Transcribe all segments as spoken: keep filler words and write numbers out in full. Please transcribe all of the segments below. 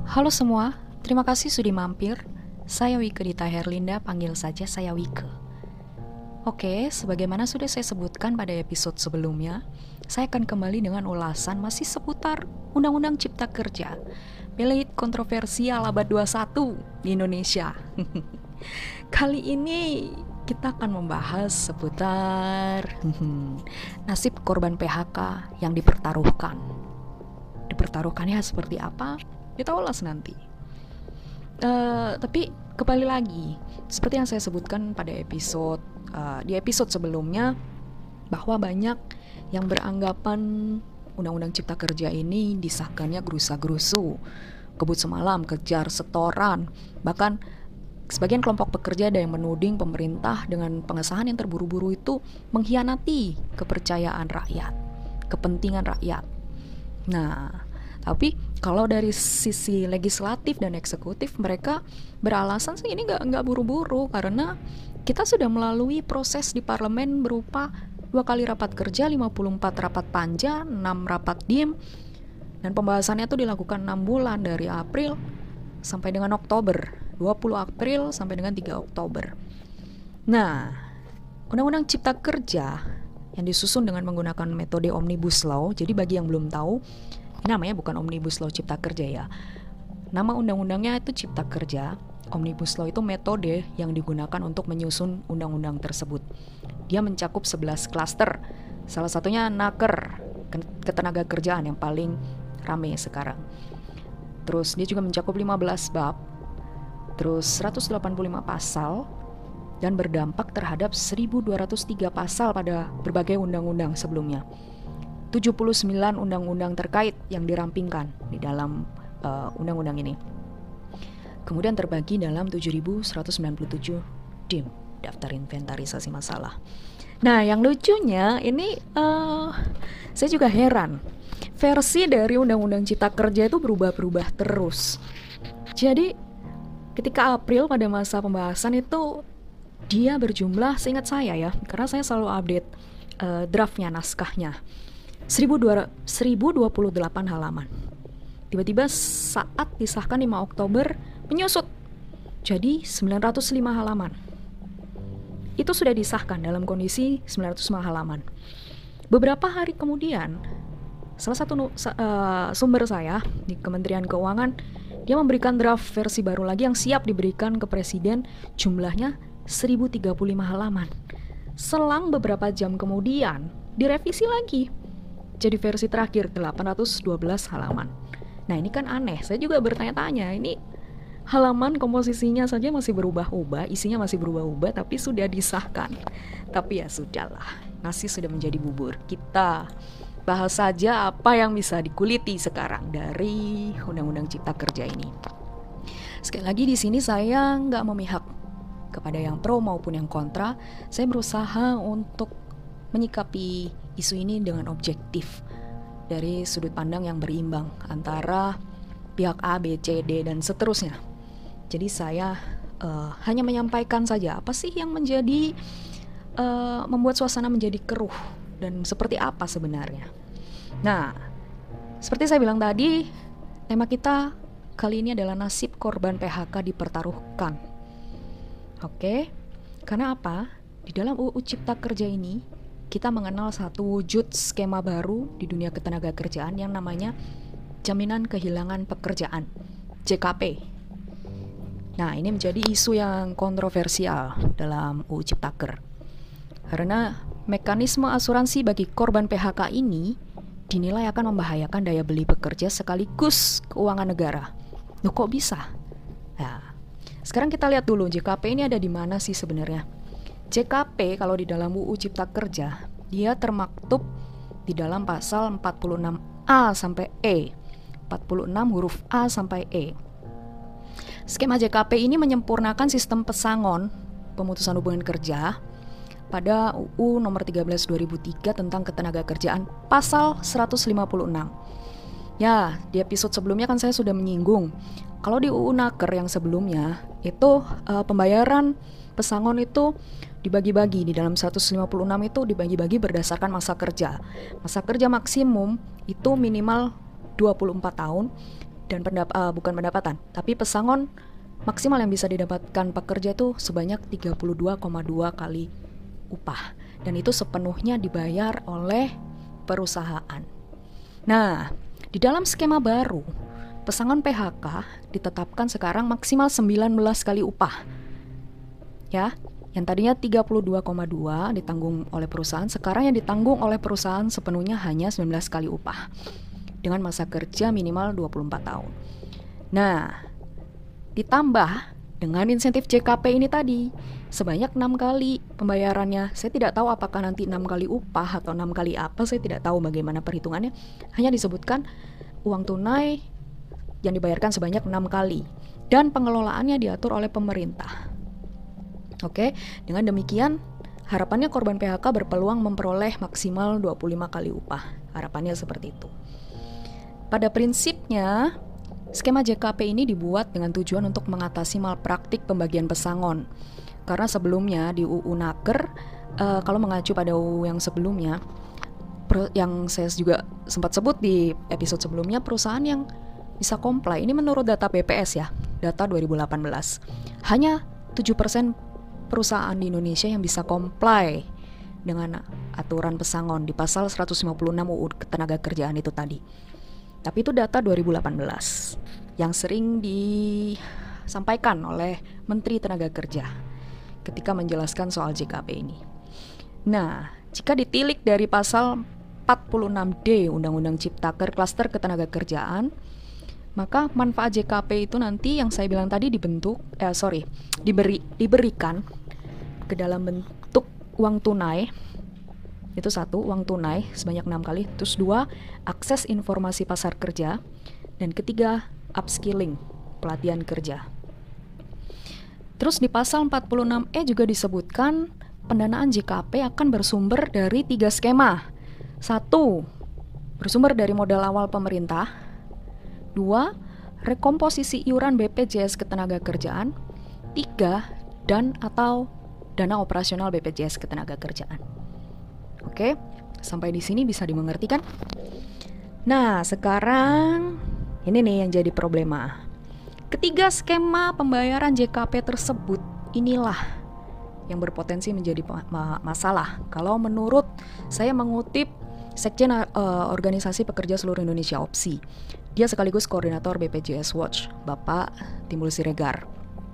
Halo semua, terima kasih sudah mampir. Saya Wike Dita Herlinda, panggil saja saya Wike. Oke, sebagaimana sudah saya sebutkan pada episode sebelumnya, saya akan kembali dengan ulasan masih seputar Undang-Undang Cipta Kerja, pelit kontroversial abad dua puluh satu di Indonesia. Kali ini kita akan membahas seputar nasib korban P H K yang dipertaruhkan. Dipertaruhkannya seperti apa? Kita ulas nanti. Uh, tapi kembali lagi, seperti yang saya sebutkan pada episode uh, di episode sebelumnya, bahwa banyak yang beranggapan Undang-Undang Cipta Kerja ini disahkannya gerusa-gerusu, kebut semalam, kejar setoran. Bahkan sebagian kelompok pekerja ada yang menuding pemerintah dengan pengesahan yang terburu-buru itu mengkhianati kepercayaan rakyat, kepentingan rakyat. Nah, tapi kalau dari sisi legislatif dan eksekutif, mereka beralasan sih ini nggak nggak buru-buru karena kita sudah melalui proses di parlemen berupa dua kali rapat kerja, lima puluh empat rapat panja, enam rapat dim, dan pembahasannya itu dilakukan enam bulan dari April sampai dengan Oktober, dua puluh April sampai dengan tiga Oktober. Nah, Undang-Undang Cipta Kerja yang disusun dengan menggunakan metode Omnibus Law. Jadi bagi yang belum tahu, ini namanya bukan Omnibus Law Cipta Kerja ya. Nama undang-undangnya itu Cipta Kerja. Omnibus Law itu metode yang digunakan untuk menyusun undang-undang tersebut. Dia mencakup sebelas klaster. Salah satunya naker, ketenaga kerjaan yang paling rame sekarang. Terus dia juga mencakup lima belas bab, terus seratus delapan puluh lima pasal, dan berdampak terhadap seribu dua ratus tiga pasal pada berbagai undang-undang sebelumnya. tujuh puluh sembilan undang-undang terkait yang dirampingkan di dalam uh, undang-undang ini. Kemudian terbagi dalam tujuh ribu seratus sembilan puluh tujuh dim, daftar inventarisasi masalah. Nah, yang lucunya ini uh, saya juga heran. Versi dari Undang-Undang Cipta Kerja itu berubah-berubah terus. Jadi ketika April pada masa pembahasan itu dia berjumlah, seingat saya ya, karena saya selalu update uh, draftnya, naskahnya, seribu dua puluh delapan halaman. Tiba-tiba saat disahkan lima Oktober menyusut jadi sembilan ratus lima halaman. Itu sudah disahkan dalam kondisi sembilan ratus lima halaman. Beberapa hari kemudian, salah satu uh, sumber saya di Kementerian Keuangan, dia memberikan draft versi baru lagi yang siap diberikan ke Presiden, jumlahnya seribu tiga puluh lima halaman. Selang beberapa jam kemudian direvisi lagi jadi versi terakhir delapan ratus dua belas halaman. Nah, ini kan aneh. Saya juga bertanya-tanya, ini halaman komposisinya saja masih berubah-ubah, isinya masih berubah-ubah, tapi sudah disahkan. Tapi ya sudahlah, nasi sudah menjadi bubur. Kita bahas saja apa yang bisa dikuliti sekarang dari Undang-Undang Cipta Kerja ini. Sekali lagi di sini saya nggak memihak kepada yang pro maupun yang kontra. Saya berusaha untuk menyikapi isu ini dengan objektif dari sudut pandang yang berimbang antara pihak A, B, C, D, dan seterusnya. Jadi saya uh, hanya menyampaikan saja apa sih yang menjadi uh, membuat suasana menjadi keruh dan seperti apa sebenarnya. Nah, seperti saya bilang tadi, tema kita kali ini adalah nasib korban P H K dipertaruhkan. Oke, karena apa? Di dalam U U Cipta Kerja ini kita mengenal satu wujud skema baru di dunia ketenaga kerjaan yang namanya Jaminan Kehilangan Pekerjaan, J K P. Nah, ini menjadi isu yang kontroversial dalam U U Ciptaker. Karena mekanisme asuransi bagi korban P H K ini dinilai akan membahayakan daya beli pekerja sekaligus keuangan negara. Loh, kok bisa? Nah, sekarang kita lihat dulu J K P ini ada di mana sih sebenarnya. J K P kalau di dalam U U Cipta Kerja, dia termaktub di dalam pasal empat puluh enam A sampai E, empat puluh enam huruf A sampai E. Skema J K P ini menyempurnakan sistem pesangon pemutusan hubungan kerja pada U U nomor tiga belas dua ribu tiga tentang ketenaga kerjaan pasal seratus lima puluh enam. Ya, di episode sebelumnya kan saya sudah menyinggung. Kalau di U U Naker yang sebelumnya, itu uh, pembayaran pesangon itu dibagi-bagi. Di dalam seratus lima puluh enam itu dibagi-bagi berdasarkan masa kerja. Masa kerja maksimum itu minimal dua puluh empat tahun, dan pendap uh, bukan pendapatan, tapi pesangon maksimal yang bisa didapatkan pekerja itu sebanyak tiga puluh dua koma dua kali upah, dan itu sepenuhnya dibayar oleh perusahaan. Nah, di dalam skema baru, pesangon P H K ditetapkan sekarang maksimal sembilan belas kali upah. Ya, yang tadinya tiga puluh dua koma dua ditanggung oleh perusahaan, sekarang yang ditanggung oleh perusahaan sepenuhnya hanya sembilan belas kali upah dengan masa kerja minimal dua puluh empat tahun. Nah, ditambah dengan insentif J K P ini tadi sebanyak enam kali pembayarannya. Saya tidak tahu apakah nanti enam kali upah atau enam kali apa, saya tidak tahu bagaimana perhitungannya. Hanya disebutkan uang tunai yang dibayarkan sebanyak enam kali dan pengelolaannya diatur oleh pemerintah. Oke, dengan demikian harapannya korban P H K berpeluang memperoleh maksimal dua puluh lima kali upah. Harapannya seperti itu. Pada prinsipnya, skema J K P ini dibuat dengan tujuan untuk mengatasi malpraktik pembagian pesangon. Karena sebelumnya di U U Naker, uh, kalau mengacu pada U U yang sebelumnya, per, yang saya juga sempat sebut di episode sebelumnya, perusahaan yang bisa comply, ini menurut data B P S ya, data dua ribu delapan belas, hanya tujuh persen perusahaan di Indonesia yang bisa comply dengan aturan pesangon di pasal seratus lima puluh enam U U Ketenagakerjaan itu tadi. Tapi itu data dua ribu delapan belas yang sering disampaikan oleh Menteri Tenaga Kerja ketika menjelaskan soal J K P ini. Nah, jika ditilik dari pasal empat puluh enam D Undang-Undang Ciptaker Klaster Ketenagakerjaan, maka manfaat J K P itu nanti yang saya bilang tadi dibentuk, eh sorry, diberi diberikan ke dalam bentuk uang tunai. Itu satu, uang tunai sebanyak enam kali. Terus dua, akses informasi pasar kerja. Dan ketiga, upskilling, pelatihan kerja. Terus di pasal empat puluh enam E juga disebutkan pendanaan J K P akan bersumber dari tiga skema. Satu, bersumber dari modal awal pemerintah. Dua, rekomposisi iuran B P J S Ketenagakerjaan. Tiga, dan atau dana operasional B P J S Ketenagakerjaan. Oke, sampai di sini bisa dimengerti kan? Nah, sekarang ini nih yang jadi problema. Ketiga skema pembayaran J K P tersebut inilah yang berpotensi menjadi ma- masalah. Kalau menurut saya mengutip Sekjen uh, Organisasi Pekerja Seluruh Indonesia O P S I, dia sekaligus koordinator B P J S Watch, Bapak Timbul Siregar.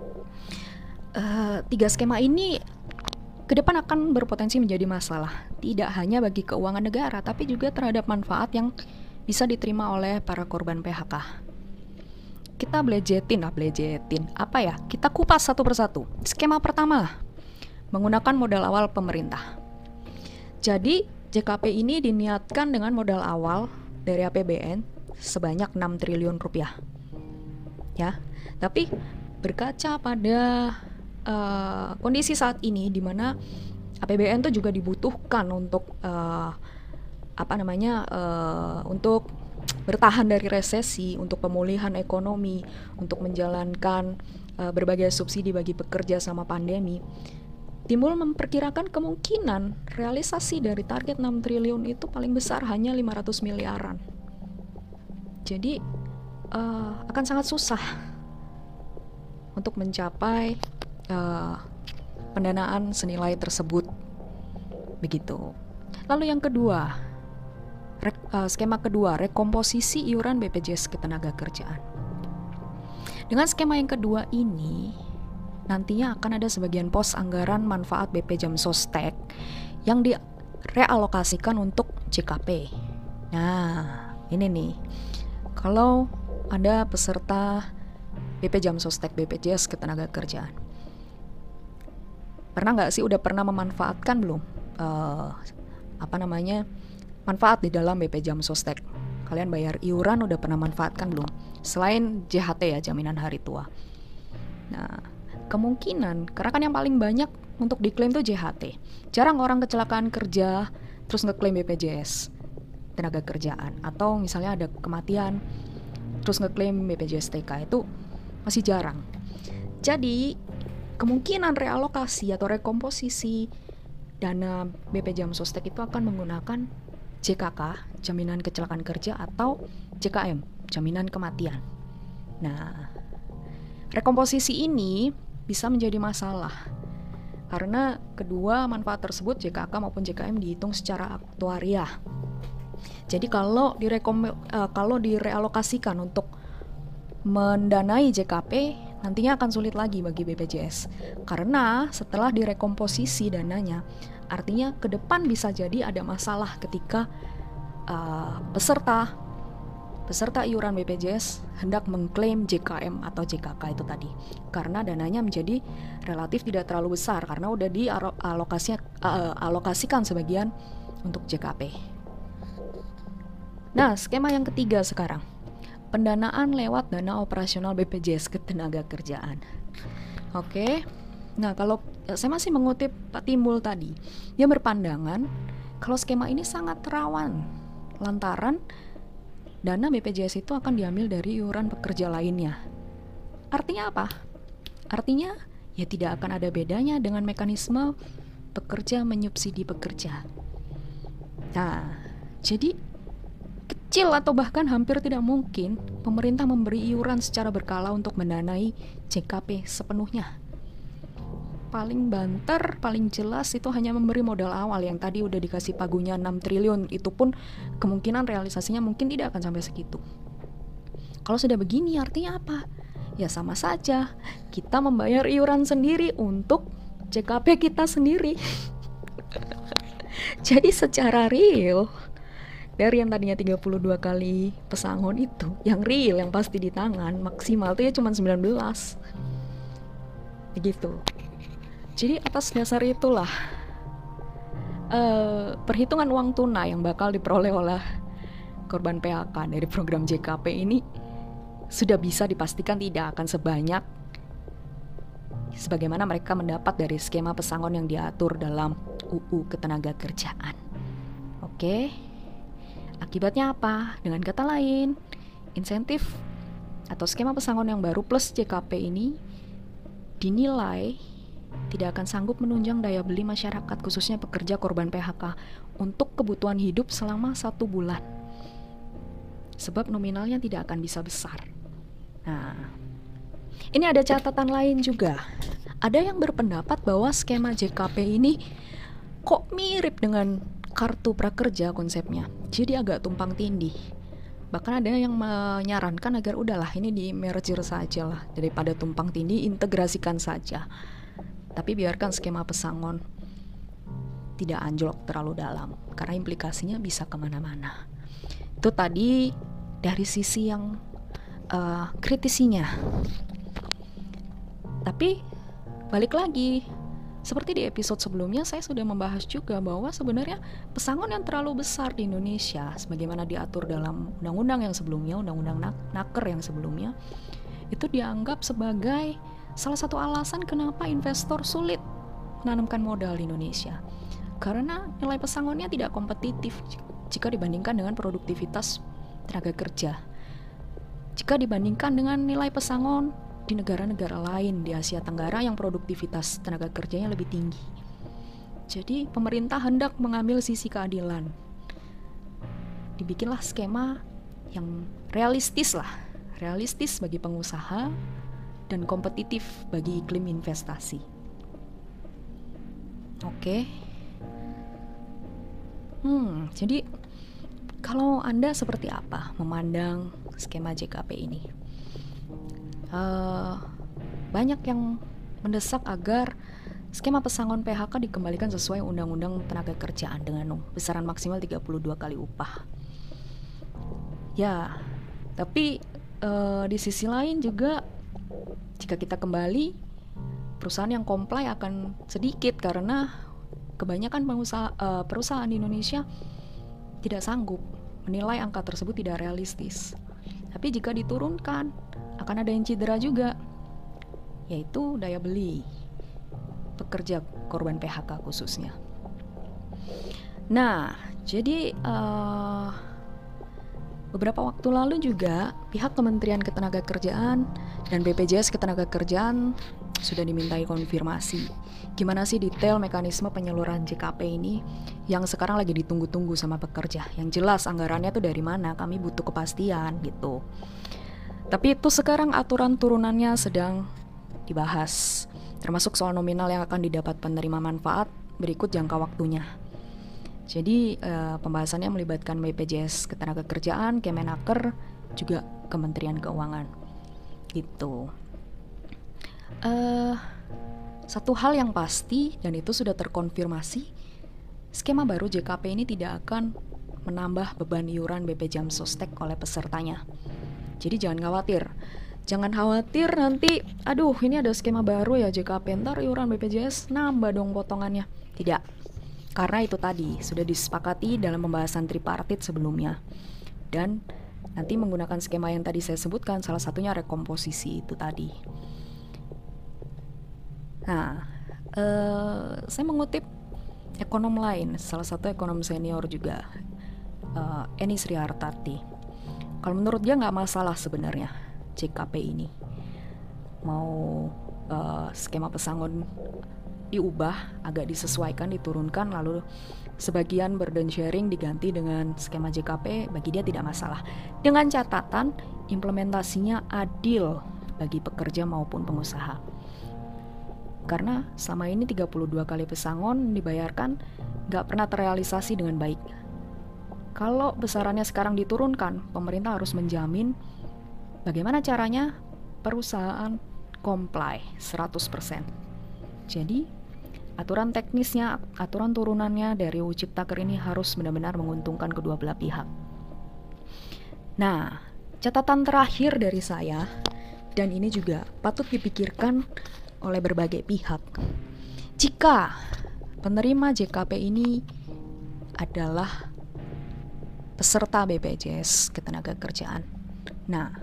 Uh, tiga skema ini ke depan akan berpotensi menjadi masalah, tidak hanya bagi keuangan negara, tapi juga terhadap manfaat yang bisa diterima oleh para korban P H K. Kita belejetin lah, belejetin. Apa ya? Kita kupas satu persatu. Skema pertama, menggunakan modal awal pemerintah. Jadi, J K P ini diniatkan dengan modal awal dari A P B N sebanyak enam triliun rupiah. Ya, tapi berkaca pada Uh, kondisi saat ini di mana A P B N itu juga dibutuhkan untuk uh, apa namanya uh, untuk bertahan dari resesi, untuk pemulihan ekonomi, untuk menjalankan uh, berbagai subsidi bagi pekerja selama pandemi. Timbul memperkirakan kemungkinan realisasi dari target enam triliun itu paling besar hanya lima ratus miliaran. Jadi uh, akan sangat susah untuk mencapai Uh, pendanaan senilai tersebut, begitu. Lalu yang kedua, re, uh, skema kedua, rekomposisi iuran B P J S Ketenagakerjaan. Dengan skema yang kedua ini, nantinya akan ada sebagian pos anggaran manfaat B P Jam Sostek yang direalokasikan untuk J K P. Nah, ini nih, kalau ada peserta B P Jam Sostek B P J S Ketenagakerjaan, pernah nggak sih, udah pernah memanfaatkan belum uh, apa namanya manfaat di dalam B P Jam Sostek? Kalian bayar iuran udah pernah manfaatkan belum? Selain J H T ya, jaminan hari tua. Nah, kemungkinan karena kan yang paling banyak untuk diklaim tuh J H T. Jarang orang kecelakaan kerja terus ngeklaim B P J S tenaga kerjaan, atau misalnya ada kematian terus ngeklaim B P J S T K, itu masih jarang. Jadi kemungkinan realokasi atau rekomposisi dana B P Jam Sostek itu akan menggunakan J K K, jaminan kecelakaan kerja, atau J K M, jaminan kematian. Nah, rekomposisi ini bisa menjadi masalah karena kedua manfaat tersebut J K K maupun J K M dihitung secara aktuaria. Jadi kalau direkom uh, kalau direalokasikan untuk mendanai J K P, nantinya akan sulit lagi bagi B P J S karena setelah direkomposisi dananya, artinya ke depan bisa jadi ada masalah ketika uh, peserta peserta iuran B P J S hendak mengklaim J K M atau J K K itu tadi, karena dananya menjadi relatif tidak terlalu besar karena udah dialokasikan uh, alokasikan sebagian untuk J K P. Nah, skema yang ketiga sekarang, pendanaan lewat dana operasional B P J S Ketenagakerjaan. Oke, nah kalau saya masih mengutip Pak Timbul tadi, dia berpandangan kalau skema ini sangat rawan lantaran dana B P J S itu akan diambil dari iuran pekerja lainnya. Artinya apa? Artinya ya tidak akan ada bedanya dengan mekanisme pekerja menyubsidi pekerja. Nah, jadi kecil atau bahkan hampir tidak mungkin pemerintah memberi iuran secara berkala untuk mendanai J K P sepenuhnya. Paling banter, paling jelas itu hanya memberi modal awal yang tadi udah dikasih pagunya enam triliun, itu pun kemungkinan realisasinya mungkin tidak akan sampai segitu. Kalau sudah begini artinya apa? Ya sama saja, kita membayar iuran sendiri untuk J K P kita sendiri. Jadi secara real, dari yang tadinya tiga puluh dua kali pesangon itu, yang real, yang pasti di tangan, maksimal tuh ya cuma sembilan belas. Begitu. Jadi atas dasar itulah uh, perhitungan uang tunai yang bakal diperoleh oleh korban P H K dari program J K P ini sudah bisa dipastikan tidak akan sebanyak sebagaimana mereka mendapat dari skema pesangon yang diatur dalam U U Ketenagakerjaan. Oke, akibatnya apa? Dengan kata lain, insentif atau skema pesangon yang baru plus J K P ini dinilai tidak akan sanggup menunjang daya beli masyarakat, khususnya pekerja korban P H K, untuk kebutuhan hidup selama satu bulan. Sebab nominalnya tidak akan bisa besar. Nah, ini ada catatan lain juga. Ada yang berpendapat bahwa skema J K P ini kok mirip dengan kartu prakerja konsepnya. Jadi agak tumpang tindih. Bahkan ada yang menyarankan agar udahlah ini di merger saja lah, daripada tumpang tindih, integrasikan saja. Tapi biarkan skema pesangon tidak anjlok terlalu dalam, karena implikasinya bisa kemana-mana. Itu tadi dari sisi yang uh, kritisinya. Tapi balik lagi, seperti di episode sebelumnya saya sudah membahas juga bahwa sebenarnya pesangon yang terlalu besar di Indonesia, sebagaimana diatur dalam undang-undang yang sebelumnya, undang-undang Naker yang sebelumnya, itu dianggap sebagai salah satu alasan kenapa investor sulit menanamkan modal di Indonesia, karena nilai pesangonnya tidak kompetitif jika dibandingkan dengan produktivitas tenaga kerja, jika dibandingkan dengan nilai pesangon di negara-negara lain di Asia Tenggara yang produktivitas tenaga kerjanya lebih tinggi. Jadi pemerintah hendak mengambil sisi keadilan, dibikinlah skema yang realistis lah, realistis bagi pengusaha dan kompetitif bagi iklim investasi. Oke. Hmm, jadi kalau Anda seperti apa memandang skema J K P ini? Uh, banyak yang mendesak agar skema pesangon P H K dikembalikan sesuai Undang-Undang Tenaga Kerjaan dengan besaran maksimal tiga puluh dua kali upah. Ya, tapi uh, di sisi lain juga jika kita kembali, perusahaan yang comply akan sedikit karena kebanyakan pengusaha, uh, perusahaan di Indonesia tidak sanggup menilai angka tersebut tidak realistis. Tapi jika diturunkan, akan ada yang cedera juga, yaitu daya beli pekerja korban P H K khususnya. Nah, jadi uh, beberapa waktu lalu juga pihak Kementerian Ketenagakerjaan dan B P J S Ketenagakerjaan sudah dimintai konfirmasi gimana sih detail mekanisme penyaluran J K P ini yang sekarang lagi ditunggu-tunggu sama pekerja. Yang jelas anggarannya tuh dari mana, kami butuh kepastian gitu. Tapi itu sekarang aturan turunannya sedang dibahas, termasuk soal nominal yang akan didapat penerima manfaat berikut jangka waktunya. Jadi eh, pembahasannya melibatkan B P J S Ketenagakerjaan, Kemenaker, juga Kementerian Keuangan. Gitu. Eh, satu hal yang pasti dan itu sudah terkonfirmasi, skema baru J K P ini tidak akan menambah beban iuran B P Jam Sostek oleh pesertanya. Jadi jangan khawatir. Jangan khawatir nanti, aduh ini ada skema baru ya J K P, ntar iuran B P J S nambah dong potongannya. Tidak. Karena itu tadi sudah disepakati dalam pembahasan tripartit sebelumnya. Dan nanti menggunakan skema yang tadi saya sebutkan, salah satunya rekomposisi itu tadi. Nah, eh, saya mengutip ekonom lain, salah satu ekonom senior juga, uh, Eni Srihartati. Kalau menurut dia nggak masalah sebenarnya J K P ini. Mau uh, skema pesangon diubah, agak disesuaikan, diturunkan, lalu sebagian burden sharing diganti dengan skema J K P, bagi dia tidak masalah. Dengan catatan implementasinya adil bagi pekerja maupun pengusaha. Karena selama ini tiga puluh dua kali pesangon dibayarkan nggak pernah terrealisasi dengan baik. Kalau besarannya sekarang diturunkan, pemerintah harus menjamin bagaimana caranya perusahaan comply seratus persen. Jadi, aturan teknisnya, aturan turunannya dari U U Ciptaker ini harus benar-benar menguntungkan kedua belah pihak. Nah, catatan terakhir dari saya, dan ini juga patut dipikirkan oleh berbagai pihak. Jika penerima J K P ini adalah peserta B P J S Ketenagakerjaan. Nah,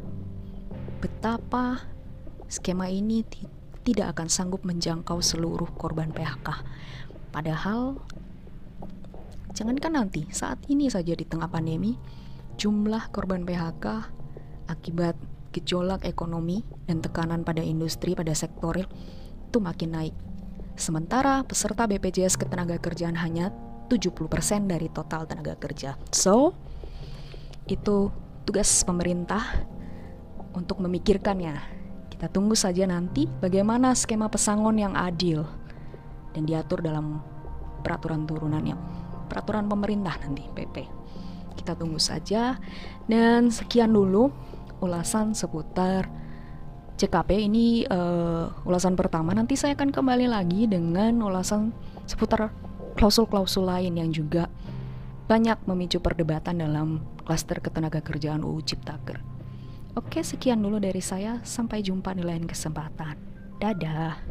betapa skema ini t- tidak akan sanggup menjangkau seluruh korban P H K. Padahal, jangankan nanti, saat ini saja di tengah pandemi, jumlah korban P H K akibat gejolak ekonomi dan tekanan pada industri, pada sektor real, itu makin naik. Sementara peserta B P J S Ketenagakerjaan hanya tujuh puluh persen dari total tenaga kerja. So, itu tugas pemerintah untuk memikirkannya. Kita tunggu saja nanti bagaimana skema pesangon yang adil dan diatur dalam peraturan turunannya, peraturan pemerintah nanti P P. Kita tunggu saja. Dan sekian dulu ulasan seputar J K P ini, uh, ulasan pertama. Nanti saya akan kembali lagi dengan ulasan seputar klausul-klausul lain yang juga banyak memicu perdebatan dalam klaster ketenagakerjaan U U Ciptaker. Oke, sekian dulu dari saya. Sampai jumpa di lain kesempatan. Dadah.